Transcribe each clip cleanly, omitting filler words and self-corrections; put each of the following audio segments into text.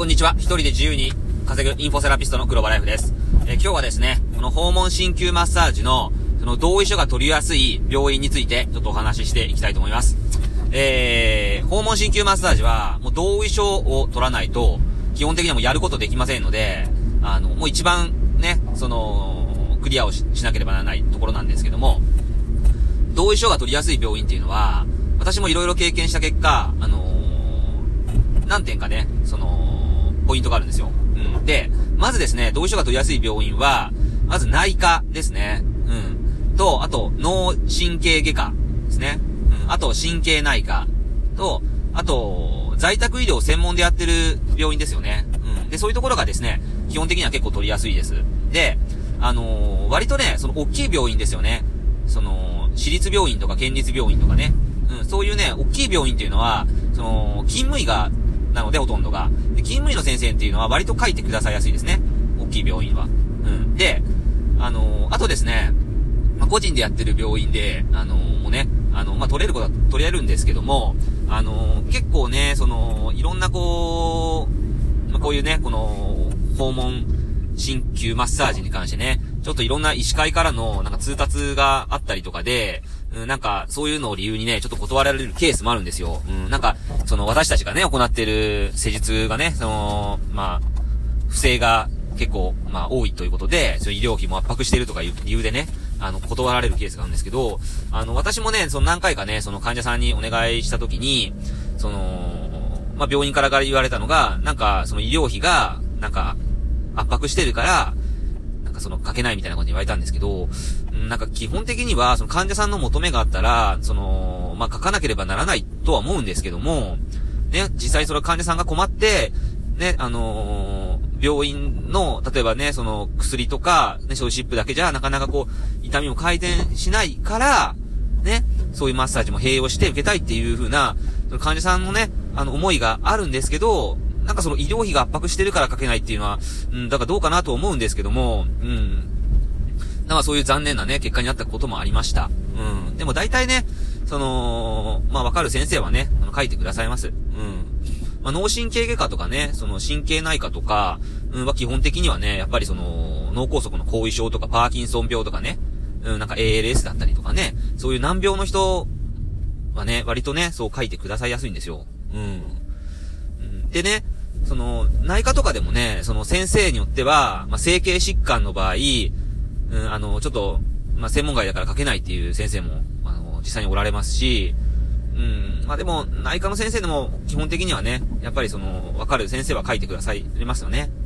こんにちは。一人で自由に稼ぐインフォセラピストの黒羽ライフです。今日はですね、この訪問鍼灸マッサージのその同意書が取りやすい病院についてちょっとお話ししていきたいと思います。訪問鍼灸マッサージはもう同意書を取らないと基本的にはもうやることできませんので、もう一番ね、クリアを しなければならないところなんですけども、同意書が取りやすい病院っていうのは、私もいろいろ経験した結果、何点かね、ポイントがあるんですよ。で、まずですね、同意書が取りやすい病院は、まず内科ですね。と、あと、脳神経外科ですね。あと、神経内科と、あと、在宅医療専門でやってる病院ですよね。で、そういうところがですね、基本的には結構取りやすいです。で、割とね、大きい病院ですよね。私立病院とか県立病院とかね。そういうね、大きい病院っていうのは、勤務医が、なのでほとんどが。で、勤務医の先生っていうのは割と書いてくださいやすいですね。大きい病院は。で、あとですね、個人でやってる病院で、もうね、取れることは取れるんですけども、結構ね、いろんなこういうね、訪問鍼灸マッサージに関してね、ちょっといろんな医師会からの通達があったりとかで、そういうのを理由にね、ちょっと断られるケースもあるんですよ。私たちがね、行っている施術がね、不正が結構、多いということで、医療費も圧迫しているとかいう理由でね、断られるケースがあるんですけど、私もね、何回かね、患者さんにお願いしたときに、病院から言われたのが、医療費が、圧迫してるから、書けないみたいなことに言われたんですけど、基本的には、患者さんの求めがあったら、書かなければならないとは思うんですけども、ね、実際患者さんが困って、ね、病院の、例えばね、薬とか、ね、そういうシップだけじゃ、なかなか痛みも改善しないから、ね、そういうマッサージも併用して受けたいっていう風な、患者さんのね、思いがあるんですけど、医療費が圧迫してるから書けないっていうのは、だからどうかなと思うんですけども、そういう残念なね、結果になったこともありました。でも大体ね、わかる先生はね、書いてくださいます。脳神経外科とかね、神経内科とか、は基本的にはね、やっぱり脳梗塞の後遺症とかパーキンソン病とかね、ALS だったりとかね、そういう難病の人はね、割とね、そう書いてくださいやすいんですよ。でね、内科とかでもね、先生によっては、整形疾患の場合、ちょっと、専門外だから書けないっていう先生も、実際におられますし、でも、内科の先生でも、基本的にはね、やっぱりわかる先生は書いてくださいますよね。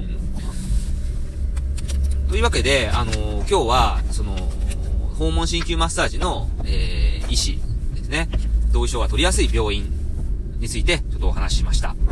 というわけで、今日は、訪問鍼灸マッサージの、医師ですね、同意書が取りやすい病院について、ちょっとお話ししました。